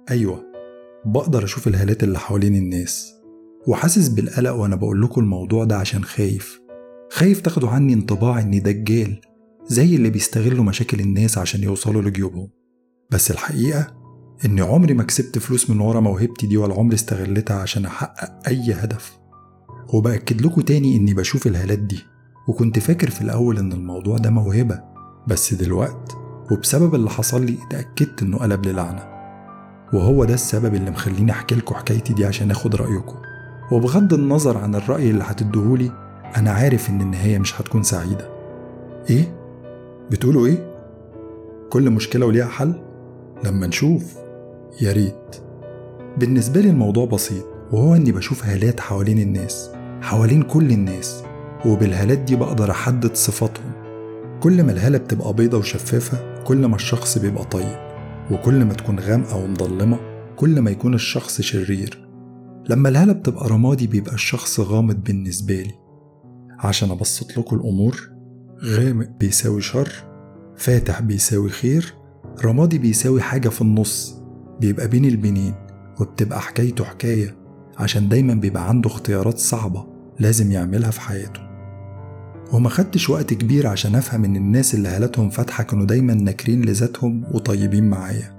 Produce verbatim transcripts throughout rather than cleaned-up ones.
أيوة، بقدر أشوف الهالات اللي حوالين الناس، وحاسس بالقلق وأنا بقول لكم الموضوع ده عشان خايف خايف تاخدوا عني انطباع إني دجال زي اللي بيستغلوا مشاكل الناس عشان يوصلوا لجيوبهم. بس الحقيقة إني عمري ما كسبت فلوس من ورا موهبتي دي، ولا عمري استغلتها عشان أحقق أي هدف. وبأكد لكم تاني إني بشوف الهالات دي، وكنت فاكر في الأول إن الموضوع ده موهبة، بس دلوقت وبسبب اللي حصل لي اتأكدت إنه قلب للعنة. وهو ده السبب اللي مخليني أحكي لكم حكايتي دي عشان أخد رأيكم. وبغض النظر عن الرأي اللي هتدهولي، أنا عارف إن النهاية مش هتكون سعيدة. إيه؟ بتقولوا إيه؟ كل مشكلة وليها حل؟ لما نشوف. يا ريت. بالنسبة لي الموضوع بسيط، وهو إني بشوف هالات حوالين الناس، حوالين كل الناس، وبالهالات دي بقدر أحدد صفاتهم. كل ما الهالة بتبقى بيضة وشفافة كل ما الشخص بيبقى طيب، وكل ما تكون غامقة ومظلمة كل ما يكون الشخص شرير. لما الهالة بتبقى رمادي بيبقى الشخص غامض بالنسبة لي. عشان أبسط لكم الأمور، غامق بيساوي شر، فاتح بيساوي خير، رمادي بيساوي حاجة في النص، بيبقى بين البنين، وبتبقى حكايته حكاية عشان دايما بيبقى عنده اختيارات صعبة لازم يعملها في حياته. وما خدتش وقت كبير عشان أفهم إن الناس اللي هالاتهم فاتحة كانوا دايما ناكرين لذاتهم وطيبين معايا.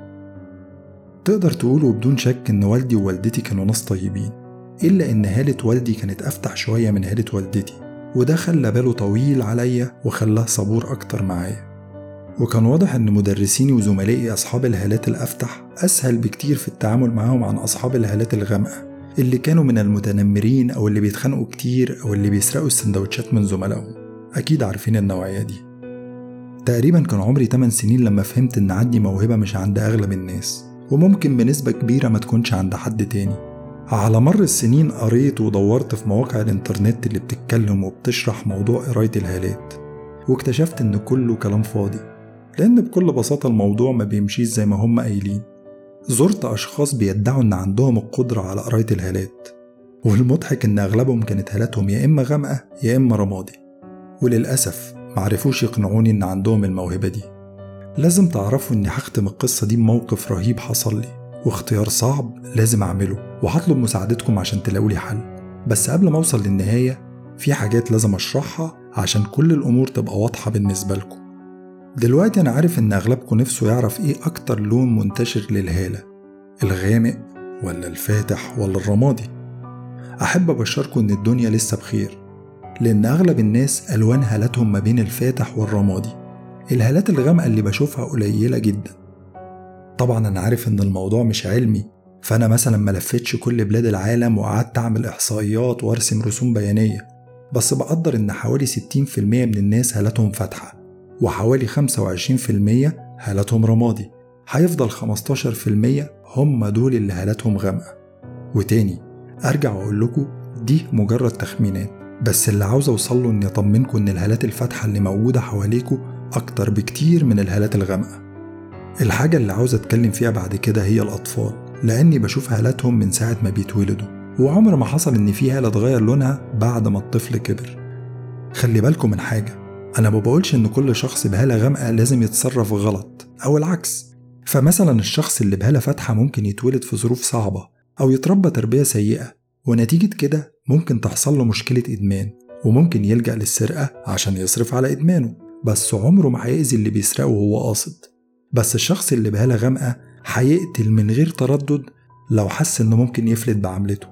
تقدر تقولوا بدون شك إن والدي ووالدتي كانوا ناس طيبين، إلا إن هالة والدي كانت أفتح شوية من هالة والدتي، وده خلى باله طويل عليا وخلاه صبور أكتر معايا. وكان واضح إن مدرسيني وزملائي أصحاب الهالات الأفتح أسهل بكتير في التعامل معاهم عن أصحاب الهالات الغامقة اللي كانوا من المتنمرين أو اللي بيتخانقوا كتير أو اللي بيسرقوا السندوتشات من زملائهم. أكيد عارفين النوعية دي. تقريبا كان عمري ثماني سنين لما فهمت إن عندي موهبة مش عند أغلب الناس، وممكن بنسبة كبيرة ما تكونش عند حد تاني. على مر السنين قريت ودورت في مواقع الإنترنت اللي بتتكلم وبتشرح موضوع قراية الهالات، واكتشفت إن كله كلام فاضي، لأن بكل بساطة الموضوع ما بيمشيش زي ما هم قايلين. زرت أشخاص بيدعوا إن عندهم القدرة على قراية الهالات، والمضحك إن أغلبهم كانت هالاتهم يا إما غامقة يا إما رمادي، وللأسف معرفوش يقنعوني إن عندهم الموهبة دي. لازم تعرفوا إني هختم القصة دي بموقف رهيب حصل لي، واختيار صعب لازم أعمله، وهطلب مساعدتكم عشان تلاقولي حل. بس قبل ما أوصل للنهاية في حاجات لازم أشرحها عشان كل الأمور تبقى واضحة بالنسبة لكم. دلوقتي أنا عارف إن أغلبكم نفسه يعرف إيه أكتر لون منتشر للهالة، الغامق ولا الفاتح ولا الرمادي. أحب أبشركم إن الدنيا لسه بخير، لأن أغلب الناس ألوان هالاتهم ما بين الفاتح والرمادي. الهالات الغامقة اللي بشوفها قليلة جدا. طبعا أنا عارف إن الموضوع مش علمي، فأنا مثلا ملفتش كل بلاد العالم وقعدت أعمل إحصائيات وأرسم رسوم بيانية، بس بقدر إن حوالي ستين في المية من الناس هالاتهم فاتحة، وحوالي خمسة وعشرين في المية هالاتهم رمادي. هيفضل خمستاشر في المية هم دول اللي هالاتهم غامقة. وتاني أرجع وأقول لكم دي مجرد تخمينات، بس اللي عاوز أوصله إني أطمنكم إن الهالات الفاتحة اللي موجودة حواليكم أكتر بكتير من الهالات الغامقة. الحاجة اللي عاوز أتكلم فيها بعد كده هي الأطفال، لأني بشوف هالاتهم من ساعة ما بيتولدوا، وعمر ما حصل إن في هالة تغير لونها بعد ما الطفل كبر. خلي بالكم من حاجة، أنا ما بقولش إن كل شخص بهالة غامقة لازم يتصرف غلط أو العكس. فمثلا الشخص اللي بهالة فاتحة ممكن يتولد في ظروف صعبة أو يتربى تربية سيئة، ونتيجة كده ممكن تحصل له مشكلة إدمان، وممكن يلجأ للسرقة عشان يصرف على إدمانه، بس عمره ما هيأذي اللي بيسرقه وهو قاصد. بس الشخص اللي بهالة غامقة هيقتل من غير تردد لو حس إنه ممكن يفلت بعملته.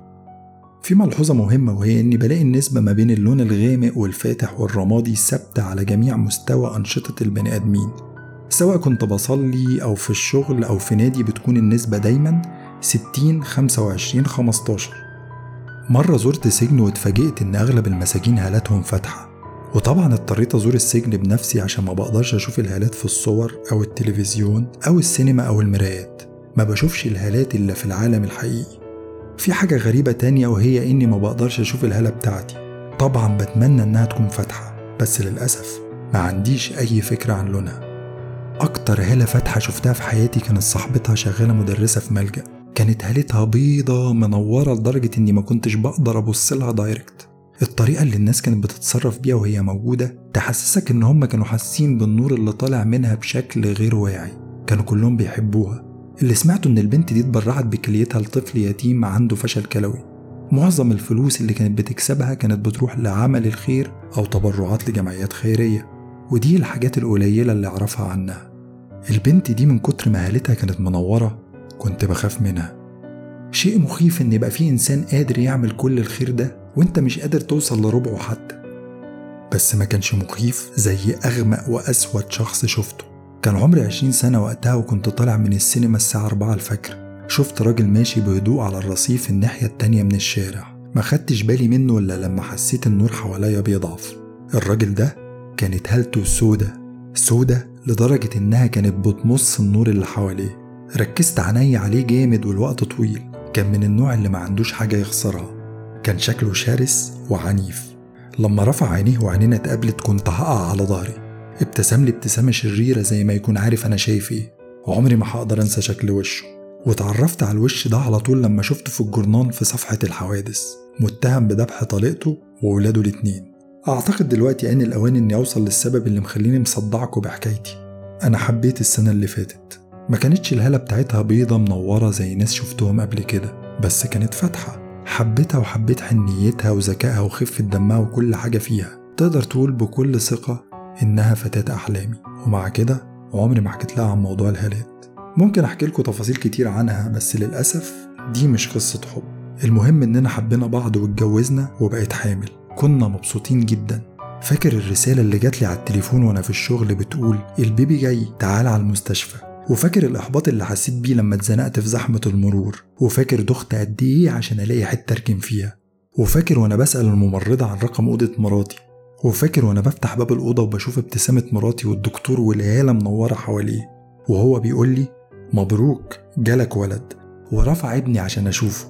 في ملحوظة مهمة، وهي إني بلاقي النسبة ما بين اللون الغامق والفاتح والرمادي ثابتة على جميع مستوى أنشطة البني آدمين، سواء كنت بصلي أو في الشغل أو في نادي، بتكون النسبة دايما ستين خمسة وعشرين خمستاشر. مرة زرت سجن واتفاجئت إن أغلب المساجين هالاتهم فاتحة، وطبعا اضطريت أزور السجن بنفسي عشان ما بقدرش أشوف الهالات في الصور أو التلفزيون أو السينما أو المرايات، ما بشوفش الهالات إلا في العالم الحقيقي. في حاجة غريبة تانية، وهي إني ما بقدرش أشوف الهالة بتاعتي. طبعا بتمنى إنها تكون فاتحة، بس للأسف ما عنديش أي فكرة عن لونها. أكتر هالة فاتحة شفتها في حياتي كانت صاحبتها شغالة مدرسة في ملجأ، كانت هالتها بيضة منورة لدرجة إني ما كنتش بقدر أبص لها دايركت. الطريقة اللي الناس كانت بتتصرف بيها وهي موجودة تحسسك إن هم كانوا حاسين بالنور اللي طالع منها بشكل غير واعي. كانوا كلهم بيحبوها، اللي سمعته إن البنت دي اتبرعت بكليتها لطفل يتيم عنده فشل كلوي. معظم الفلوس اللي كانت بتكسبها كانت بتروح لعمل الخير أو تبرعات لجمعيات خيرية، ودي الحاجات القليلة اللي أعرفها عنها. البنت دي من كتر ما هالتها كانت منورة كنت بخاف منها. شيء مخيف إن يبقى فيه إنسان قادر يعمل كل الخير ده وإنت مش قادر توصل لربعه حتى. بس ما كانش مخيف زي أغمق وأسود شخص شفته. كان عمري عشرين سنة وقتها وكنت طالع من السينما الساعة أربعة الفجر. شفت راجل ماشي بهدوء على الرصيف الناحية التانية من الشارع، ما خدتش بالي منه إلا لما حسيت النور حواليا بيضعف. الراجل ده كانت هالته سودة سودة لدرجة إنها كانت بتمص النور اللي حواليه. ركزت عيني عليه جامد والوقت طويل. كان من النوع اللي ما عندوش حاجة يخسرها. كان شكله شرس وعنيف. لما رفع عينيه وعينينا اتقابلت كنت هقع على ظهري. ابتسم لي ابتسامة شريرة زي ما يكون عارف أنا شايف إيه. عمري ما هقدر أنسى شكل وشه. وتعرفت على الوش ده على طول لما شفته في الجورنان في صفحة الحوادث متهم بذبح طليقته وولاده الاتنين. أعتقد دلوقتي آن الأوان إني أوصل للسبب اللي مخليني مصدعكوا بحكايتي. أنا حبيت السنة اللي فاتت. ما كانتش الهالة بتاعتها بيضة منورة زي ناس شفتهم قبل كده، بس كانت فاتحة. حبيتها وحبيت حنيتها وذكائها وخفة دمها وكل حاجة فيها. تقدر تقول بكل ثقة إنها فتاة أحلامي. ومع كده عمري ما حكيت لها عن موضوع الهالات. ممكن أحكي لكم تفاصيل كتير عنها بس للأسف دي مش قصة حب. المهم إننا حبينا بعض واتجوزنا وبقيت حامل. كنا مبسوطين جدا. فاكر الرسالة اللي جات لي على التليفون وأنا في الشغل بتقول البيبي جاي تعال على المستشفى. وفاكر الإحباط اللي حسيت بيه لما اتزنقت في زحمة المرور. وفاكر دخت قد إيه عشان ألاقي حتة أركن فيها. وفاكر وأنا بسأل الممرضة عن رقم أوضة مراتي. وفاكر وأنا بفتح باب الأوضة وبشوف ابتسامة مراتي والدكتور والعيالة منورة حواليه وهو بيقول لي مبروك جالك ولد، ورفع ابني عشان أشوفه.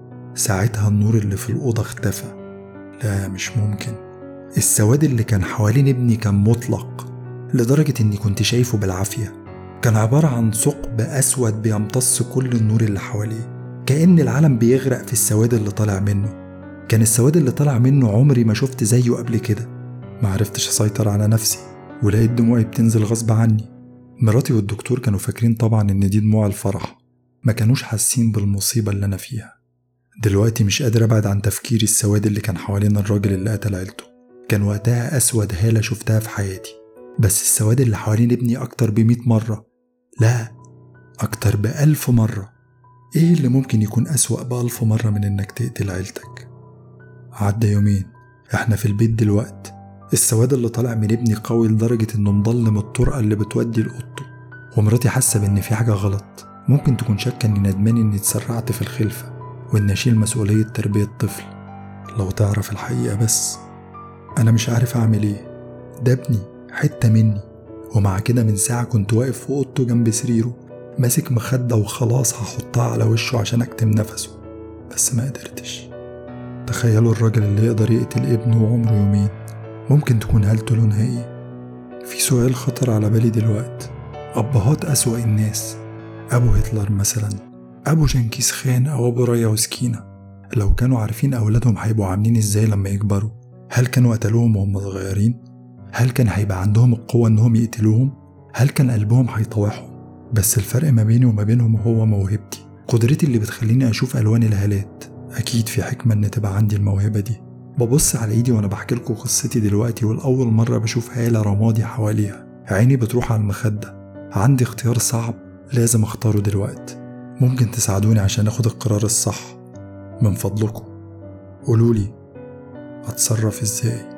ساعتها النور اللي في الأوضة اختفى. لا مش ممكن. السواد اللي كان حوالين ابني كان مطلق لدرجة إني كنت شايفه بالعافية. كان عبارة عن ثقب أسود بيمتص كل النور اللي حواليه، كأن العالم بيغرق في السواد اللي طالع منه. كان السواد اللي طالع منه عمري ما شفت زيه قبل كده. معرفتش أسيطر على نفسي ولقيت دموعي بتنزل غصب عني. مراتي والدكتور كانوا فاكرين طبعا إن دي دموع الفرح، ما كانوش حاسين بالمصيبة اللي أنا فيها. دلوقتي مش قادر أبعد عن تفكيري السواد اللي كان حوالين الراجل اللي قتل عيلته. كان وقتها أسود هالة شفتها في حياتي، بس السواد اللي حوالين ابني أكتر بمئة مرة، لا أكتر بألف مرة. إيه اللي ممكن يكون أسوأ بألف مرة من إنك تقتل عيلتك؟ عدى يومين، إحنا في البيت دلوقت. السواد اللي طالع من ابني قوي لدرجة إنه مضلم الطرقة اللي بتودي لأوضته. ومراتي حاسة بإن في حاجة غلط. ممكن تكون شاكة إني ندمان إني اتسرعت في الخلفة وإني أشيل مسؤولية تربية طفل. لو تعرف الحقيقة بس، أنا مش عارف أعمل إيه. ده ابني حتة مني. ومع كده من ساعة كنت واقف في أوضته جنب سريره ماسك مخدة وخلاص هحطها على وشه عشان أكتم نفسه، بس ما قدرتش. تخيلوا الراجل اللي يقدر يقتل ابنه وعمره يومين ممكن تكون هالته لونها ايه؟ في سؤال خطر على بالي دلوقت. أبهات أسوأ الناس، أبو هتلر مثلا، أبو جنكيز خان أو أبو ريا وسكينة، لو كانوا عارفين أولادهم هيبقوا عاملين إزاي لما يكبروا، هل كانوا قتلوهم وهم صغيرين؟ هل كان هيبقى عندهم القوة إنهم يقتلوهم؟ هل كان قلبهم هيطوعهم؟ بس الفرق ما بيني وما بينهم هو موهبتي، قدرتي اللي بتخليني أشوف ألوان الهالات. أكيد في حكمة إن تبقى عندي الموهبة دي. ببص على إيدي وأنا بحكي لكم قصتي دلوقتي، والأول مرة بشوف هالة رمادي حواليها. عيني بتروح على المخدة. عندي اختيار صعب لازم اختاره دلوقتي. ممكن تساعدوني عشان اخد القرار الصح؟ من فضلكم قولولي أتصرف إزاي؟